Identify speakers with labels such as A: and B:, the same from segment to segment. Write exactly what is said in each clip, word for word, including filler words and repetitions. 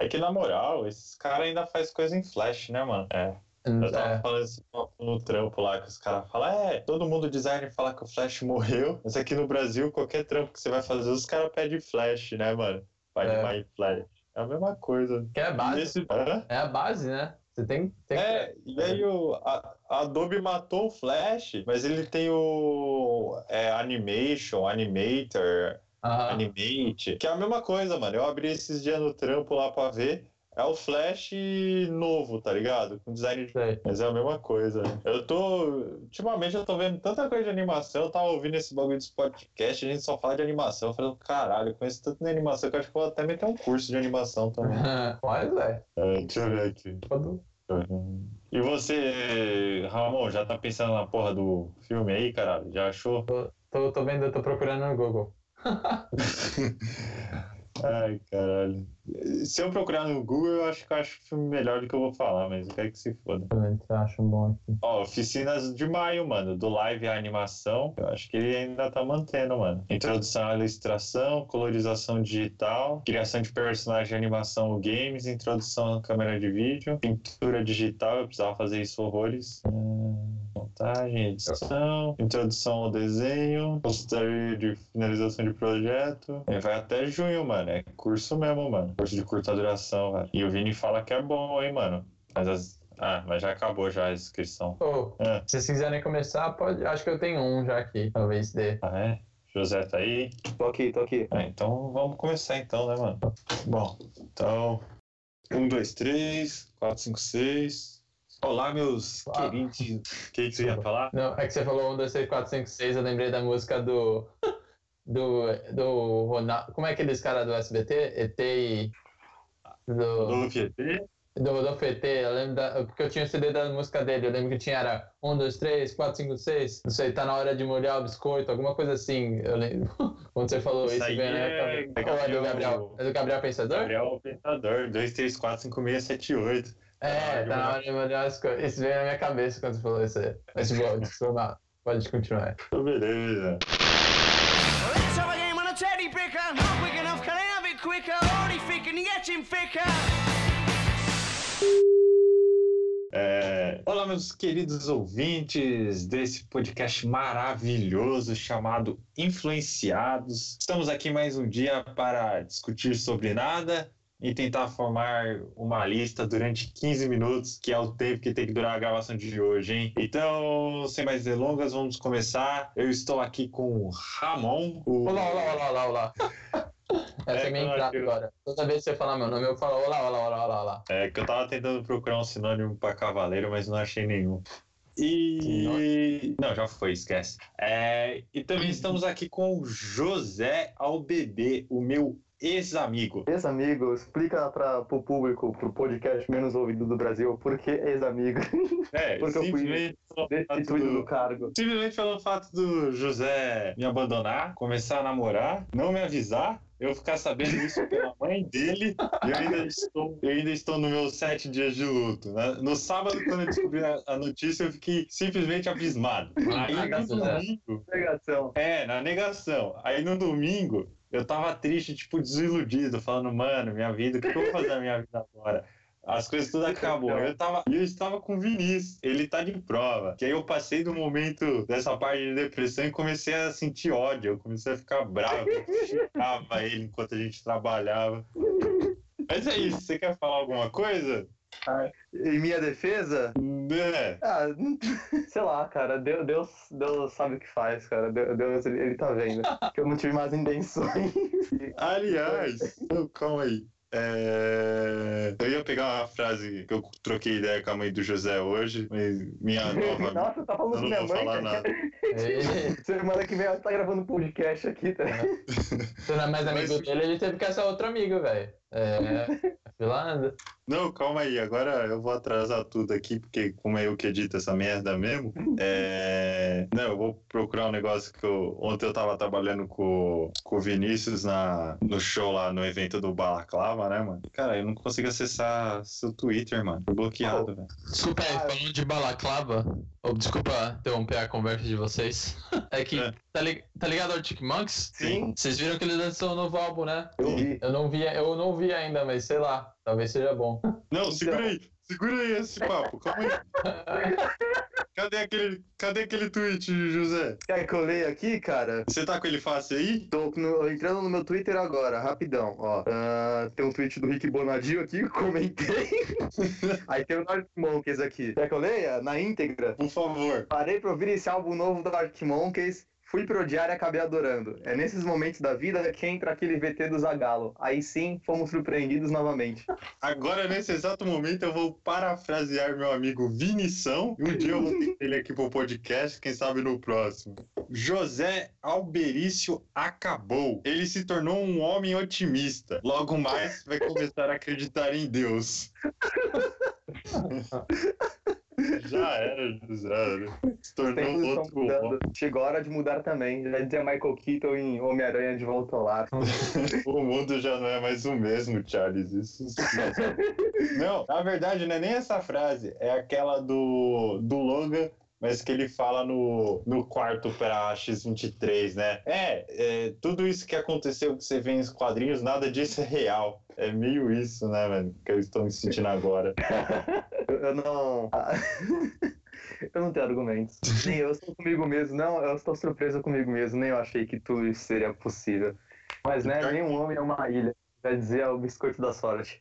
A: É que, na moral, esses caras ainda fazem coisa em Flash, né, mano? É. Eu tava
B: É.
A: falando isso no trampo lá, que os caras falam, é, todo mundo designer fala que o Flash morreu, mas aqui no Brasil, qualquer trampo que você vai fazer, os caras pedem Flash, né, mano? Faz
B: É.
A: mais Flash. É a mesma coisa.
B: Que é a base.
A: E esse... Hã?
B: É a base, né? Você tem, tem
A: É,
B: que...
A: e aí o, a, a Adobe matou o Flash, mas ele tem o é, Animation, Animator,
B: Aham.
A: Animate, que é a mesma coisa, mano. Eu abri esses dias no trampo lá pra ver. É o Flash novo, tá ligado? Com design de...
B: Sei.
A: Mas é a mesma coisa. Eu tô... Ultimamente eu tô vendo tanta coisa de animação, eu tava ouvindo esse bagulho de podcast, a gente só fala de animação. Eu falei, caralho, eu conheço tanto de animação que eu acho que eu vou até meter um curso de animação também.
B: Mas, velho.
A: É, deixa eu ver aqui.
B: Quando...
A: E você, Ramon, já tá pensando na porra do filme aí, caralho? Já achou?
B: Tô, tô, tô vendo, eu tô procurando no Google.
A: Ai, caralho. Se eu procurar no Google, eu acho que eu acho o filme melhor do que eu vou falar, mas eu quero que se foda.
B: Também você acha um bom aqui.
A: Ó, Oficinas de Maio, mano, do live à animação, eu acho que ele ainda tá mantendo, mano. Introdução à ilustração, colorização digital, criação de personagem de animação games, introdução à câmera de vídeo, pintura digital, eu precisava fazer isso horrores. Hum, montagem, edição, introdução ao desenho, consultoria de finalização de projeto. E vai até junho, mano, é curso mesmo, mano. Curso de curta duração, velho. E o Vini fala que é bom, hein, mano. Mas as... Ah, mas já acabou já a inscrição.
B: Oh,
A: Ah.
B: Se vocês quiserem começar, pode. Acho que eu tenho um já aqui, talvez dê.
A: Ah, é? José tá aí?
C: Tô aqui, tô aqui.
A: Ah, então vamos começar então, né, mano? Bom, então... Um, dois, três, quatro, cinco, seis... Olá, meus
B: Ah.
A: queridos... O que, que você ia falar?
B: Não, é que você falou um, dois, três, quatro, cinco, seis, eu lembrei da música do. Do. Do Ronaldo. Como é aqueles caras do S B T? E T e. Do.
A: Do F T?
B: Do Rodolfo E T, eu lembro da, porque eu tinha o C D da música dele, eu lembro que tinha era um, dois, três, quatro, cinco, seis, não sei, tá na hora de molhar o biscoito, alguma coisa assim, eu lembro. Quando você falou isso,
A: Isso aí
B: veio na
A: é-
B: minha cabeça. Ou é do Gabriel? É do Gabriel Pensador?
A: Gabriel Pensador, dois, três, quatro, cinco, seis, sete, oito.
B: É, tá na hora de molhar as coisas. Isso veio na minha cabeça quando você falou isso aí. Mas bom, desculpa, pode continuar.
A: Então, beleza.
D: Let's have a game on a teddy picker. Not quick enough, can I have it quicker? Only thinking, getting thicker.
A: É... Olá, meus queridos ouvintes desse podcast maravilhoso chamado Influenciados. Estamos aqui mais um dia para discutir sobre nada e tentar formar uma lista durante quinze minutos, que é o tempo que tem que durar a gravação de hoje, hein? Então, sem mais delongas, vamos começar. Eu estou aqui com o Ramon. O...
B: Olá, olá, olá, olá, olá. Essa é,
A: É,
B: é minha
A: eu
B: entrada
A: acho-
B: agora. Toda vez que você falar meu nome, eu falo olá, olá, olá, olá, olá.
A: É que eu tava tentando procurar um sinônimo para cavaleiro, mas não achei nenhum. E... Não, já foi, esquece. É... E também estamos aqui com o José Albebê, o meu ex-amigo.
C: Ex-amigo, explica para pro público, pro podcast menos ouvido do Brasil, por que ex-amigo?
A: É,
C: Porque eu fui
A: simplesmente pelo fato
C: Destituído do
A: do...
C: cargo.
A: Simplesmente pelo fato do José me abandonar, começar a namorar, não me avisar, eu ficar sabendo isso pela mãe dele, e eu ainda estou, eu ainda estou nos meus sete dias de luto. Né? No sábado, quando eu descobri a, a notícia, eu fiquei simplesmente abismado. Aí no
B: Negação.
A: domingo,
C: Negação.
A: é, na negação. Aí no domingo, eu tava triste, tipo, desiludido, falando, mano, minha vida, o que eu vou fazer na minha vida agora? As coisas tudo acabou. Eu tava, eu estava com o Vinícius, ele tá de prova. Que aí eu passei do momento dessa parte de depressão e comecei a sentir ódio. Eu comecei a ficar bravo, eu xingava ele enquanto a gente trabalhava. Mas é isso, você quer falar alguma coisa?
C: Em minha defesa,
A: É.
C: ah, sei lá, cara, Deus, Deus, Deus sabe o que faz, cara. Deus, Deus, ele, ele tá vendo que eu não tive mais intenções.
A: Aliás, não, calma aí. É... Eu ia pegar uma frase que eu troquei ideia com a mãe do José hoje, mas minha nova.
C: Nossa, tá falando
A: Eu
C: com
A: não
C: minha
A: vou
C: mãe,
A: falar
C: cara.
A: nada.
B: Ele,
C: Semana que vem ela tá gravando um podcast aqui, tá?
B: você não é mais amigo
A: Mas-
B: dele, ele teve que ser outro amigo, velho. É. Filanda.
A: Não, calma aí, agora eu vou atrasar tudo aqui, porque como é eu que edito essa merda mesmo, é... Não, eu vou procurar um negócio que eu... Ontem eu tava trabalhando com, com o Vinícius na... no show lá, no evento do Balaclava, né, mano? Cara, eu não consigo acessar seu Twitter, mano. Foi bloqueado, velho.
B: Desculpa aí, falando de balaclava, oh, desculpa interromper a conversa de vocês. É que
A: É.
B: tá, li, tá ligado ao Arctic Monkeys?
C: Sim.
B: Vocês viram que ele lançou um novo álbum, né?
C: Eu vi.
B: Eu não vi, eu não vi ainda, mas sei lá, talvez seja bom.
A: Não, segura aí. Segura aí esse papo. Calma aí. Cadê aquele, cadê aquele tweet, José?
C: Quer que eu leia aqui, cara?
A: Você tá com ele fácil aí?
C: Tô no- entrando no meu Twitter agora, rapidão, ó. Ah, tem um tweet do Rick Bonadio aqui, que eu comentei. Aí tem o Arctic Monkeys aqui. Quer que eu leia? Na íntegra?
A: Por favor.
C: Parei pra ouvir esse álbum novo do Arctic Monkeys, fui pro odiar e acabei adorando. É nesses momentos da vida que entra aquele V T do Zagalo. Aí sim, fomos surpreendidos novamente.
A: Agora, nesse exato momento, eu vou parafrasear meu amigo Vinição. E um dia eu vou ter ele aqui pro podcast, quem sabe no próximo. José Alberício acabou. Ele se tornou um homem otimista. Logo mais, vai começar a acreditar em Deus. Já era, José. Se tornou
C: Tempos estão
A: outro
C: mudando.
A: homem.
C: Chegou a hora de mudar também. Já dizia Michael Keaton em Homem-Aranha de Volta ao Lar.
A: O mundo já não é mais o mesmo, Charles. Isso sim. Não, na verdade, não é nem essa frase. É aquela do, do Logan, mas que ele fala no, no quarto pra X vinte e três, né? É, é, tudo isso que aconteceu que você vê nos quadrinhos, nada disso é real. É meio isso, né, velho? Que eu estou me sentindo agora.
C: Eu, eu não. Eu não tenho argumentos. Nem eu estou comigo mesmo. Não, eu estou surpreso comigo mesmo. Nem eu achei que tudo isso seria possível. Mas, né, nenhum homem é uma ilha. Já dizia o biscoito da sorte.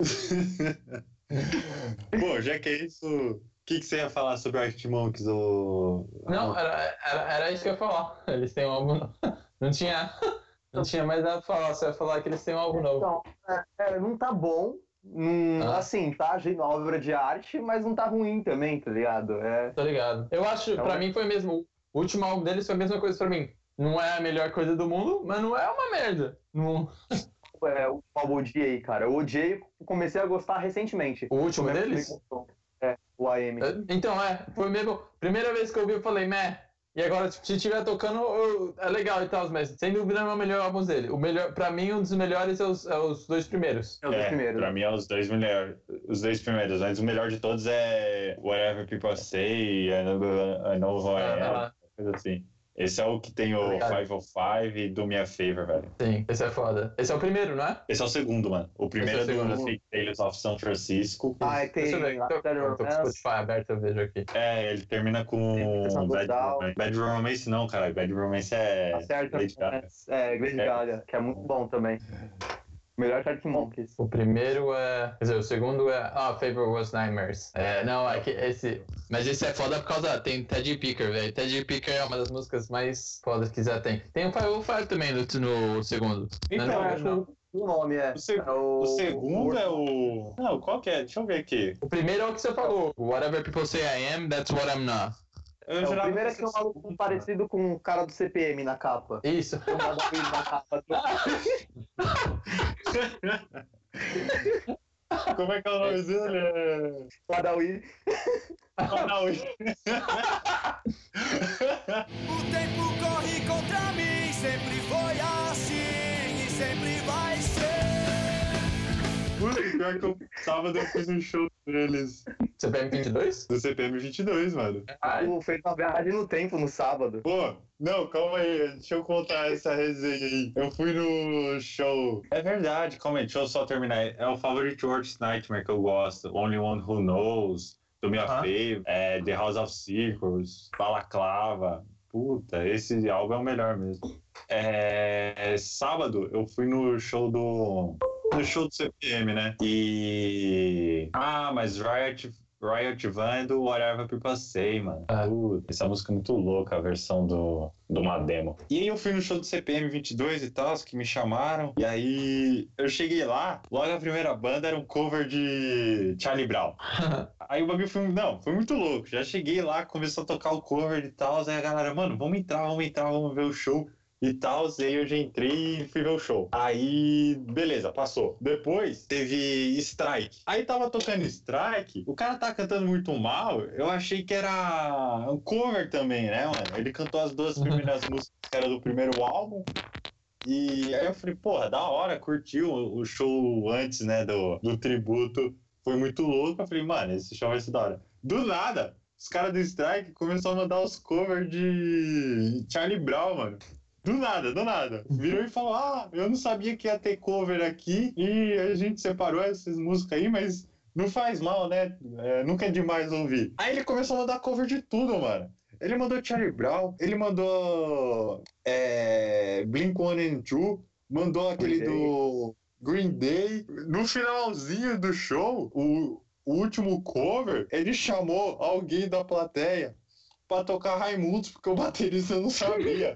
A: Bom, já que é isso, o que, que você ia falar sobre o Arctic Monkeys? Ou...
B: Não, era, era, era isso que eu ia falar. Eles têm um álbum novo. Não tinha, não tinha mais nada pra falar, só ia falar que eles têm um álbum novo.
C: Então, é, é, não tá bom. Hum,
B: Ah.
C: Assim, tá uma obra de arte, mas não tá ruim também, tá ligado? É,
B: Tô ligado. Eu acho,
C: Então,
B: pra
C: é-
B: mim foi mesmo. O último álbum deles foi a mesma coisa pra mim. Não é a melhor coisa do mundo, mas não é uma merda. Não...
C: é, o álbum eu odiei, cara. Eu odiei e comecei a gostar recentemente.
B: O último
C: Como é que
B: deles?
C: me contou? É, o A M.
B: Então, é, foi mesmo. Primeira vez que eu ouvi, eu falei, meh. E agora, tipo, se estiver tocando, eu- é legal e tal, mas sem dúvida não é o melhor álbum dele. O melhor, pra mim, um dos melhores é os, é os dois primeiros.
C: É o
A: É,
C: primeiro.
A: pra mim é os dois melhores, os dois primeiros, mas o melhor de todos é Whatever People Say, I Know, I know Who I Am,
B: Ah,
A: coisa assim. Esse é o que tem o
B: Obrigado.
A: quinhentos e cinco e Do Me a Favor, velho.
B: Sim, esse é foda. Esse é o primeiro, não é?
A: Esse é o segundo, mano. O primeiro é
B: Esse é o
A: do
B: segundo.
A: Fake Tales of São Francisco.
C: Ah, e tem
B: Deixa eu ver.
C: After
B: Eu tô com o
C: Romance.
B: Spotify aberto, eu vejo aqui.
A: É, ele termina com
C: Tem
A: Bad
C: Down.
A: Romance. Bad Romance não, cara. Bad Romance é...
C: Acerta,
A: Lady Gaga.
C: é, Lady
A: É.
C: Gaga, que é muito bom também. Melhor que Arctic Monkeys.
B: O primeiro é. Quer dizer, o segundo é. Ah, Favor Was Nightmares. É, não, é que esse. Mas esse é foda por causa. Tem Teddy Picker, velho. Teddy Picker é uma das músicas mais fodas que já tem. Tem o quinhentos e cinco também no, no segundo.
A: Então,
B: não,
C: Eu
B: não,
C: acho
B: não.
C: o nome é.
A: O, seg-
C: é o,
A: o segundo é o... Não, qual que é? Deixa eu ver aqui.
B: O primeiro é o que você falou. Whatever people say I am, that's what I'm not.
A: Eu
C: É, o
A: jurava
C: primeiro é
A: que
C: que é um
A: esse-
C: maluco parecido com o cara do C P M na capa.
B: Isso.
C: Tem um Badawi na capa.
A: Como é que é o nome dele? É...
C: Badawi.
A: Manaus.
D: O tempo corre contra mim, sempre foi assim e sempre vai ser.
A: Puta, pior que eu sábado eu fiz um show deles.
B: C P M vinte e dois?
A: Do C P M vinte e dois, mano.
B: Ai,
C: Eu fez uma viagem no tempo no sábado.
A: Pô, não, calma aí, deixa eu contar essa resenha aí. Eu fui no show. É verdade, calma aí, deixa eu só terminar. É o Favorite Worst Nightmare que eu gosto. Only One Who Knows, Do Me a
B: Ah.
A: Favor, é, The House of Circles, Balaclava. Puta, esse álbum é o melhor mesmo. É, sábado eu fui no show do. No show do C P M, né? E. Ah, mas Riot. Riot Van do Whatever People Say, mano.
B: Ah.
A: Puta, essa música é muito louca, a versão do, do uma demo. E aí eu fui no show do C P M vinte e dois e tal, que me chamaram. E aí eu cheguei lá, logo a primeira banda era um cover de Charlie Brown. Aí o bagulho foi, não, foi muito louco. Já cheguei lá, começou a tocar o cover e tal. Aí a galera, mano, vamos entrar, vamos entrar, vamos ver o show. E tal, e aí eu já entrei e fui ver o show. Aí, beleza, passou. Depois teve Strike. Aí tava tocando Strike, o cara tá cantando muito mal, eu achei que era um cover também, né, mano? Ele cantou as duas primeiras músicas que era do primeiro álbum. E aí eu falei, porra, da hora, curtiu o show antes, né, do, do tributo. Foi muito louco. Eu falei, mano, esse show vai ser da hora. Do nada, os caras do Strike começaram a mandar os covers de Charlie Brown, mano. Do nada, do nada. Virou e falou, ah, eu não sabia que ia ter cover aqui e a gente separou essas músicas aí, mas não faz mal, né? É, nunca é demais ouvir. Aí ele começou a mandar cover de tudo, mano. Ele mandou Charlie Brown, ele mandou é, Blink one and two, mandou aquele
C: Green
A: do Green Day. No finalzinho do show, o, o último cover, ele chamou alguém da plateia pra tocar Raimundos, porque o baterista não sabia.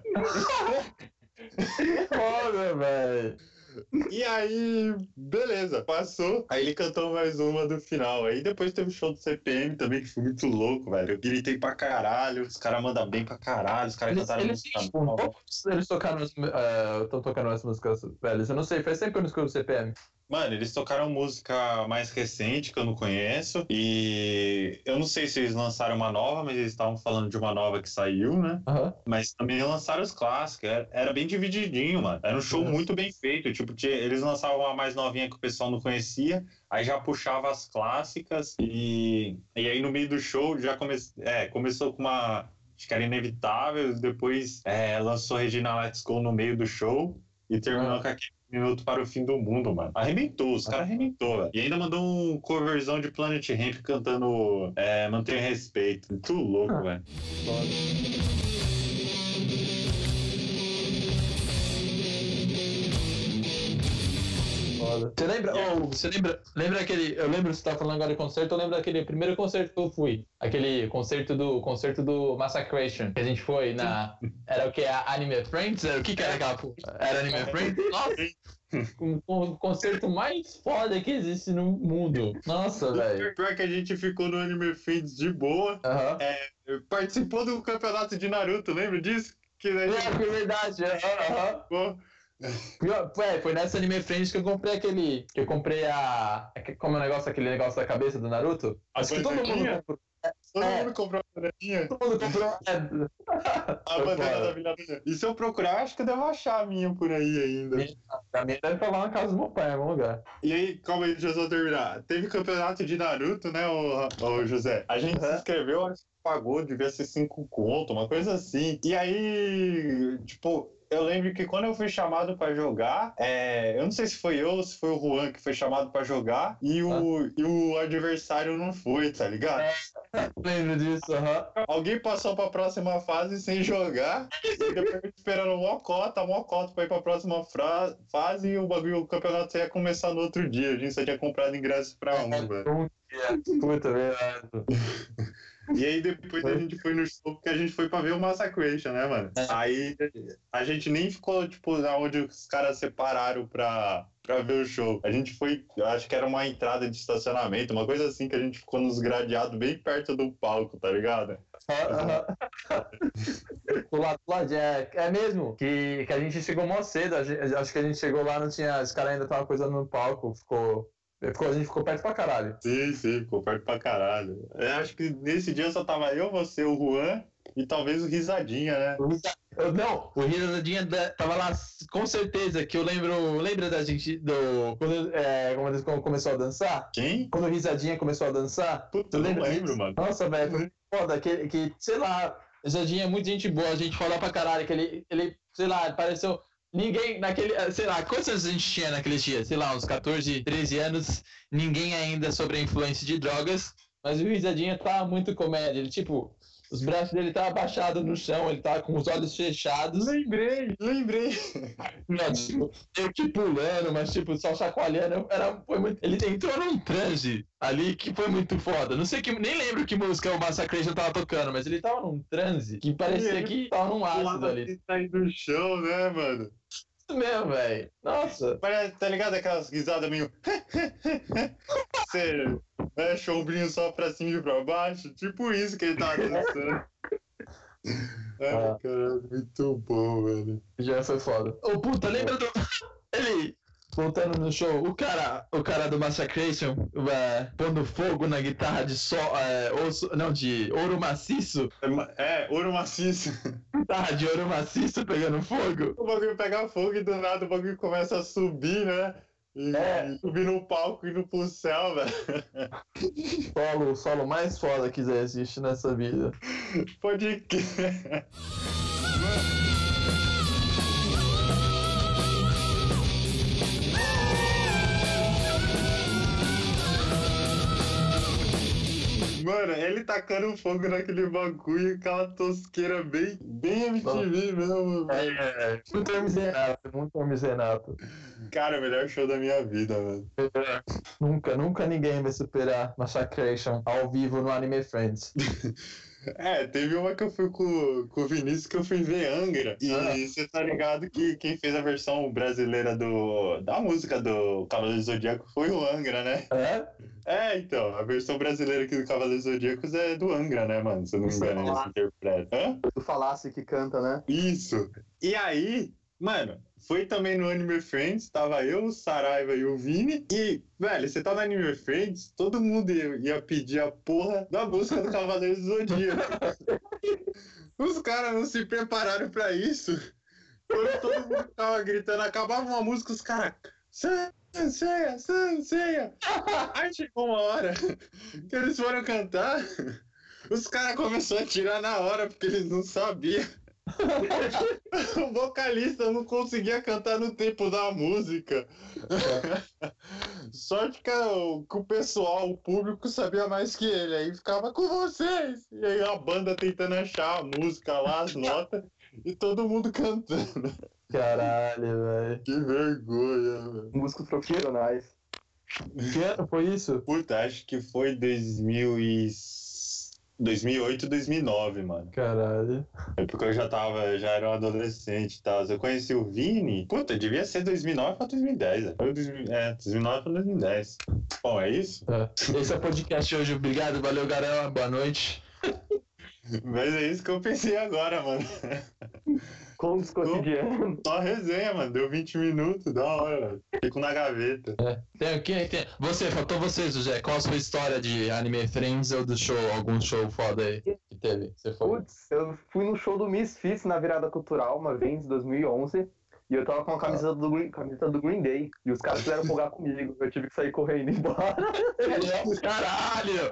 B: Foda, velho.
A: E aí, beleza, passou. Aí ele cantou mais uma do final. Aí depois teve o show do C P M também, que foi muito louco, velho. Eu gritei pra caralho, os caras mandam bem pra caralho, os caras
B: Eles,
A: cantaram
B: eles,
A: música
B: tipo,
A: nova.
B: eles tocaram, estão uh, tocando as músicas velhas. Eu não sei, faz tempo que eu não escuto o C P M.
A: Mano, eles tocaram música mais recente, que eu não conheço, e eu não sei se eles lançaram uma nova, mas eles estavam falando de uma nova que saiu, né?
B: Uhum.
A: Mas também lançaram os clássicos, era, era bem divididinho, mano. Era um show
B: Uhum.
A: muito bem feito, tipo, tinha, eles lançavam uma mais novinha que o pessoal não conhecia, aí já puxava as clássicas, e, e aí no meio do show já come, é, começou com uma, acho que era Inevitável, depois é, lançou Regina Let's Go no meio do show, e terminou
B: Uhum.
A: com aquele Minuto para o Fim do Mundo, mano. Arrebentou, os caras arrebentou, velho. E ainda mandou um coverzão de Planet Hemp cantando é, Mantenha Respeito. Muito louco,
B: Ah.
A: velho.
B: Foda. Você lembra, oh, você lembra, lembra aquele, eu lembro, você tá falando agora de concerto, eu lembro daquele primeiro concerto que eu fui, aquele concerto do, concerto do Massacration, que a gente foi na, era o que, a Anime Friends? Era, o que que era aquela, era Anime Friends? Nossa, um, um concerto mais foda que existe no mundo, nossa, velho.
A: Pior que a gente ficou no Anime Friends de boa,
B: Aham.
A: é, participou do campeonato de Naruto, lembra disso? Que a gente
B: É, foi verdade, aham, aham.
A: ficou...
B: Pior- Foi, foi nessa Anime Friends que eu comprei aquele. Que eu comprei a. Como é o negócio, aquele negócio da cabeça do Naruto?
A: A
B: Acho que todo mundo
A: bandeirinha?
B: comprou.
A: Todo
B: É.
A: mundo comprou a bandeirinha.
B: Todo mundo comprou. É.
A: A
B: Foi
A: bandeira
B: foda.
A: da Vila. E se eu procurar, acho que eu devo achar a minha por aí ainda.
B: A minha deve estar lá na casa do meu pai, em algum lugar.
A: E aí, calma aí, deixa eu só terminar. Teve campeonato de Naruto, né, ô, ô José? A gente se
C: Uhum.
A: inscreveu, acho que pagou, devia ser cinco conto, uma coisa assim. E aí, tipo, eu lembro que quando eu fui chamado pra jogar, é, eu não sei se foi eu ou se foi o Juan que foi chamado pra jogar, e o, e o adversário não foi, tá ligado?
B: Lembro disso, aham.
A: Alguém passou pra próxima fase sem jogar, e depois esperando mó cota, mó cota pra ir pra próxima fra- fase, e o bagulho, o campeonato só ia começar no outro dia. A gente só tinha comprado ingresso pra um, velho.
B: Puta, verdade.
A: E aí depois a gente foi no show, porque a gente foi pra ver o Massacration, né, mano? Aí a gente nem ficou, tipo, onde os caras separaram pra, pra ver o show. A gente foi, eu acho que era uma entrada de estacionamento, uma coisa assim, que a gente ficou nos gradeados bem perto do palco, tá ligado?
B: Do lado, do lado, é, é mesmo, que, que a gente chegou mó cedo, a gente- acho que a gente chegou lá, não tinha, os caras ainda estavam coisando no palco, ficou, ficou, a gente ficou perto pra caralho.
A: Sim, sim, ficou perto pra caralho. Eu acho que nesse dia só tava eu, você, o Juan e talvez o Risadinha, né?
B: O Risa- eu- Não, o Risadinha da- tava lá com certeza, que eu lembro, lembra da gente, do, quando, é, quando eles come- começou a dançar?
A: Quem?
B: Quando o Risadinha começou a dançar?
A: Puta,
B: Tu
A: eu não
B: lembra
A: lembro,
B: disso?
A: mano.
B: Nossa, velho, foi foda, que, que, sei lá, o Risadinha é muito gente boa, a gente fala pra caralho, que ele, ele sei lá, pareceu... Ninguém naquele, sei lá, quantos anos a gente tinha naquele dia? Sei lá, uns catorze, treze anos, ninguém ainda sobre a influência de drogas, mas o Risadinha tá muito comédia, ele tipo, os braços dele tá abaixados no chão, ele tá com os olhos fechados,
A: Lembrei, lembrei.
B: não, tipo, meio que pulando, mas tipo, só chacoalhando, era, foi muito, ele entrou num transe ali que foi muito foda, não sei que, nem lembro que música o Massacration tava tocando, mas ele tava num transe que parecia que tava num ácido ali,
A: Ele tá aí no chão, né, mano?
B: isso mesmo, velho, nossa.
A: Parece, tá ligado aquelas risadas meio... Você mexe o ombrinho só pra cima e pra baixo? Tipo isso que ele tava dançando. Ai,
B: Ah.
A: cara, muito bom, velho.
B: Já foi foda. Ô, puta, lembra do... Ele... Voltando no show, o cara, o cara do Massacration é, pondo fogo na guitarra de sol, é, osso, não, de ouro maciço,
A: É, ma- É, ouro maciço.
B: guitarra de ouro maciço pegando fogo.
A: O bagulho pega fogo e do nada o bagulho começa a subir, né? E,
B: É.
A: e subir no palco e indo pro céu, velho.
B: Solo, o solo mais foda que já existe nessa vida.
A: Pode crer. Mano, ele tacando fogo naquele bagulho, aquela tosqueira bem, bem M T V mesmo.
B: É, muito Hermes Renato, muito Hermes Renato.
A: Cara, o melhor show da minha vida, mano.
B: Nunca, nunca ninguém vai superar Massacration ao vivo no Anime Friends.
A: É, teve uma que eu fui com, com o Vinícius que eu fui ver Angra. E você ah. tá ligado que quem fez a versão brasileira do, da música do Cavaleiro do Zodíaco foi o Angra, né?
B: É?
A: É, então, a versão brasileira aqui do Cavaleiro do Zodíaco é do Angra, né, mano? Se eu não me engano, ele se interpreta. Hã?
C: Tu falasse que canta, né?
A: Isso. E aí, mano, foi também no Anime Friends, tava eu, o Saraiva e o Vini. E, velho, você tá no Anime Friends, todo mundo ia, ia pedir a porra da música do Cavaleiro do Zodíaco. Os caras não se prepararam pra isso. Quando todo mundo tava gritando, acabava uma música, os caras... Sanseia, Sanseia! Aí chegou uma hora que eles foram cantar, os caras começaram a tirar na hora, porque eles não sabiam. O vocalista não conseguia cantar no tempo da música. Sorte que o, que o pessoal, o público sabia mais que ele. Aí ficava com vocês. E aí a banda tentando achar a música lá, as notas, e todo mundo cantando.
B: Caralho, velho.
A: Que vergonha, velho.
C: Músicos profissionais.
B: Que ano foi isso?
A: Puta, acho que foi dois mil e... dois mil e oito, dois mil e nove, mano.
B: Caralho.
A: É porque eu já tava, já era um adolescente e tal. Eu conheci o Vini, puta, devia ser dois mil e nove pra dois mil e dez. Né? Foi dois mil, é, dois mil e nove pra dois mil e dez. Bom, é isso?
B: É. Esse é o podcast hoje. Obrigado, valeu, galera. Boa noite.
A: Mas é isso que eu pensei agora, mano.
C: Contos cotidianos.
A: Só resenha, mano. Deu vinte minutos, da hora, velho. Fico na gaveta.
B: É. Tem, quem, tem? Você, faltou você, José. Qual a sua história de Anime Friends ou do show? Algum show foda aí que teve? Você foi?
C: Putz, eu fui no show do Misfits na virada cultural, uma vez, em dois mil e onze. E eu tava com a camiseta do, Green, camiseta do Green Day. E os caras quiseram folgar comigo. Eu tive que sair correndo e ir embora.
B: Caralho!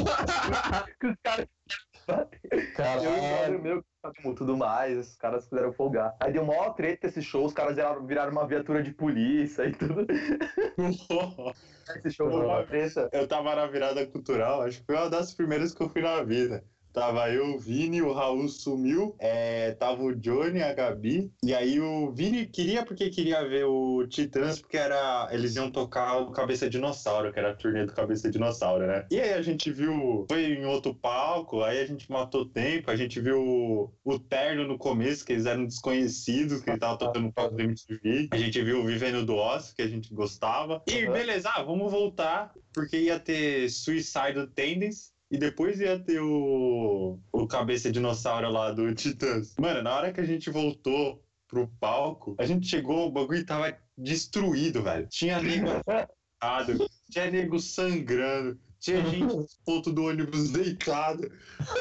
C: Os caras...
B: Caralho!
C: Eu e o brother meu, como tudo mais, os caras quiseram folgar. Aí deu maior treta esse show, os caras viraram, viraram uma viatura de polícia e tudo. Esse show foi uma treta.
A: Eu tava na virada cultural, acho que foi uma das primeiras que eu fui na vida. Tava eu, o Vini, o Raul sumiu, é, tava o Johnny, a Gabi, e aí o Vini queria porque queria ver o Titãs, porque era, eles iam tocar o Cabeça Dinossauro, que era a turnê do Cabeça Dinossauro, né? E aí a gente viu, foi em outro palco, aí a gente matou tempo, a gente viu o, o Terno no começo, que eles eram desconhecidos, que ele tava tocando no palco do M T V, a gente viu o Vivendo do Osso, que a gente gostava, e beleza, ah, vamos voltar, porque ia ter Suicidal Tendencies, e depois ia ter o, o Cabeça Dinossauro lá do Titãs. Mano, na hora que a gente voltou pro palco, a gente chegou, o bagulho tava destruído, velho. Tinha nego deitado, tinha nego sangrando, tinha gente no ponto do ônibus deitado.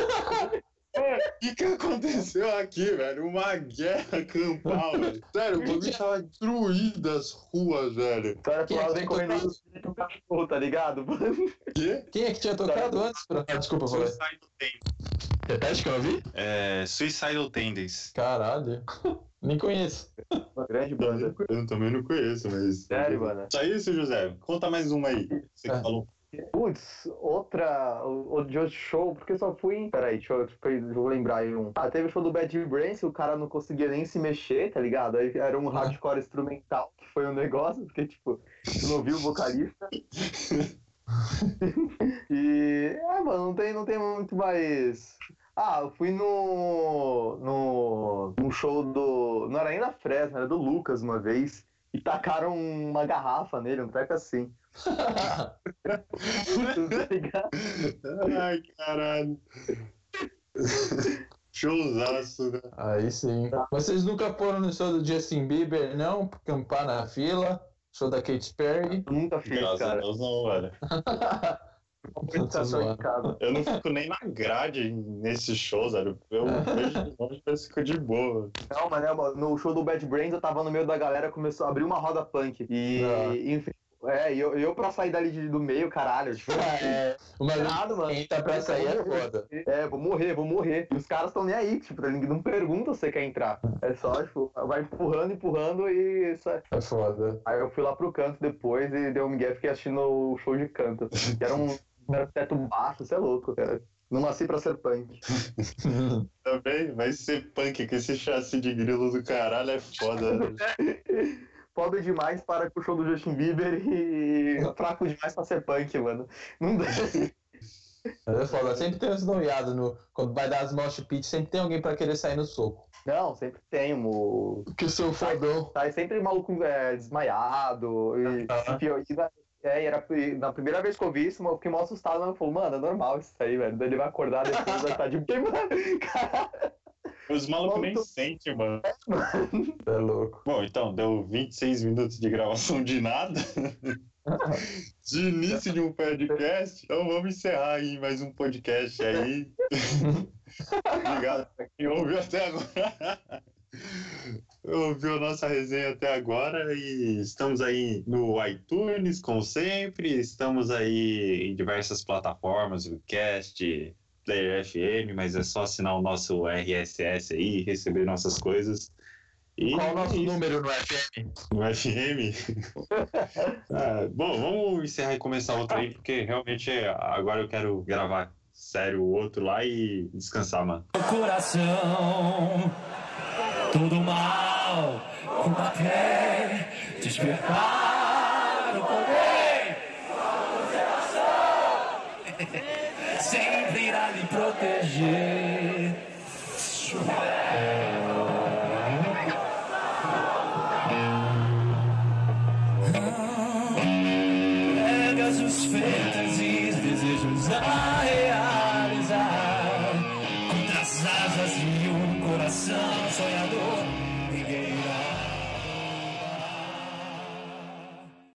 A: O que que aconteceu aqui, velho? Uma guerra campal, velho. Sério, o bagulho tava destruído as ruas, velho.
C: O cara falava correndo no cachorro, tá ligado?
A: Quê?
B: Quem é que tinha tocado antes? Pra... Ah, desculpa, falei.
A: Suicidal Tendencies.
B: Repete que eu ouvi?
A: É, Suicidal Tendencies.
B: Caralho. Nem conheço.
C: Uma grande banda.
A: Eu também não conheço, mas...
C: Sério, mano?
A: Só isso, José. Conta mais uma aí. Você que
B: É.
A: falou.
C: Putz, outra, o de outro show, porque eu só fui. Peraí, deixa eu, deixa eu vou lembrar aí um. Ah, teve o show do Bad Brains, o cara não conseguia nem se mexer, tá ligado? Aí era um hardcore instrumental, que foi um negócio, porque, tipo, tu não viu o vocalista. E. É, mano, não tem, não tem muito mais. Ah, eu fui no. no. no show do. Não era nem da Fresno, era do Lucas uma vez. E tacaram uma garrafa nele, um treco assim.
A: Ai, caralho. Showzaço, né?
B: Aí sim. Vocês nunca foram no show do Justin Bieber, não? Acampar na fila? Show da Katy Perry?
C: Nunca fiz,
A: Graças a
C: cara.
A: Deus não, velho.
C: Compensação em casa.
A: Eu não fico nem na grade nesses shows, velho. Eu vejo de longe e fico de boa.
C: Não, mas né, mano, no show do Bad Brains eu tava no meio da galera, começou a abrir uma roda punk. E,
B: Ah.
C: enfim, é, e eu, eu pra sair dali de- do meio, caralho, tipo,
B: É, uma vez
C: nada, mano.
B: quem tá pra sair é foda.
C: É, vou morrer, vou morrer. E os caras tão nem aí, tipo, ninguém não pergunta se você quer entrar. É só, tipo, vai empurrando, empurrando e isso é.
B: É foda.
C: Aí eu fui lá pro canto depois e deu um migué, fiquei assistindo o show de canto. Que era um Meu teto baixo, você é louco, cara. Não nasci pra ser punk.
A: Também, vai ser punk com esse chassi de grilo do caralho, é foda. Né?
C: Pobre demais para com o show do Justin Bieber e fraco demais pra ser punk, mano. Não dá.
B: É foda, sempre tem uns noiados no. Quando vai dar as mosh pit, sempre tem alguém pra querer sair no soco.
C: Não, sempre tem o.
B: Que seu fodão.
C: Tá sempre maluco é, desmaiado. E,
B: Ah.
C: e pior, e na, é, e era, e na primeira vez que eu vi isso, eu fiquei mal assustado, mas eu falei, mano, é normal isso aí, velho. Daí ele vai acordar depois, vai estar de bem, mano. Caralho.
A: Os malucos nem
C: Voltou.
A: sentem, mano.
B: É louco.
A: Bom, então, deu vinte e seis minutos de gravação de nada. De início de um podcast. Então vamos encerrar aí mais um podcast aí. Obrigado pra quem ouviu até agora. Ouviu a nossa resenha até agora e estamos aí no iTunes, como sempre. Estamos aí em diversas plataformas, o Cast, Player F M, mas é só assinar o nosso R S S aí, receber nossas coisas. E
B: Qual o nosso
A: isso.
B: número no F M?
A: No F M? Ah, bom, vamos encerrar e começar outro aí, porque realmente agora eu quero gravar sério o outro lá e descansar, mano.
E: Coração, todo mal, combater, despertar o poder, sempre irá lhe proteger.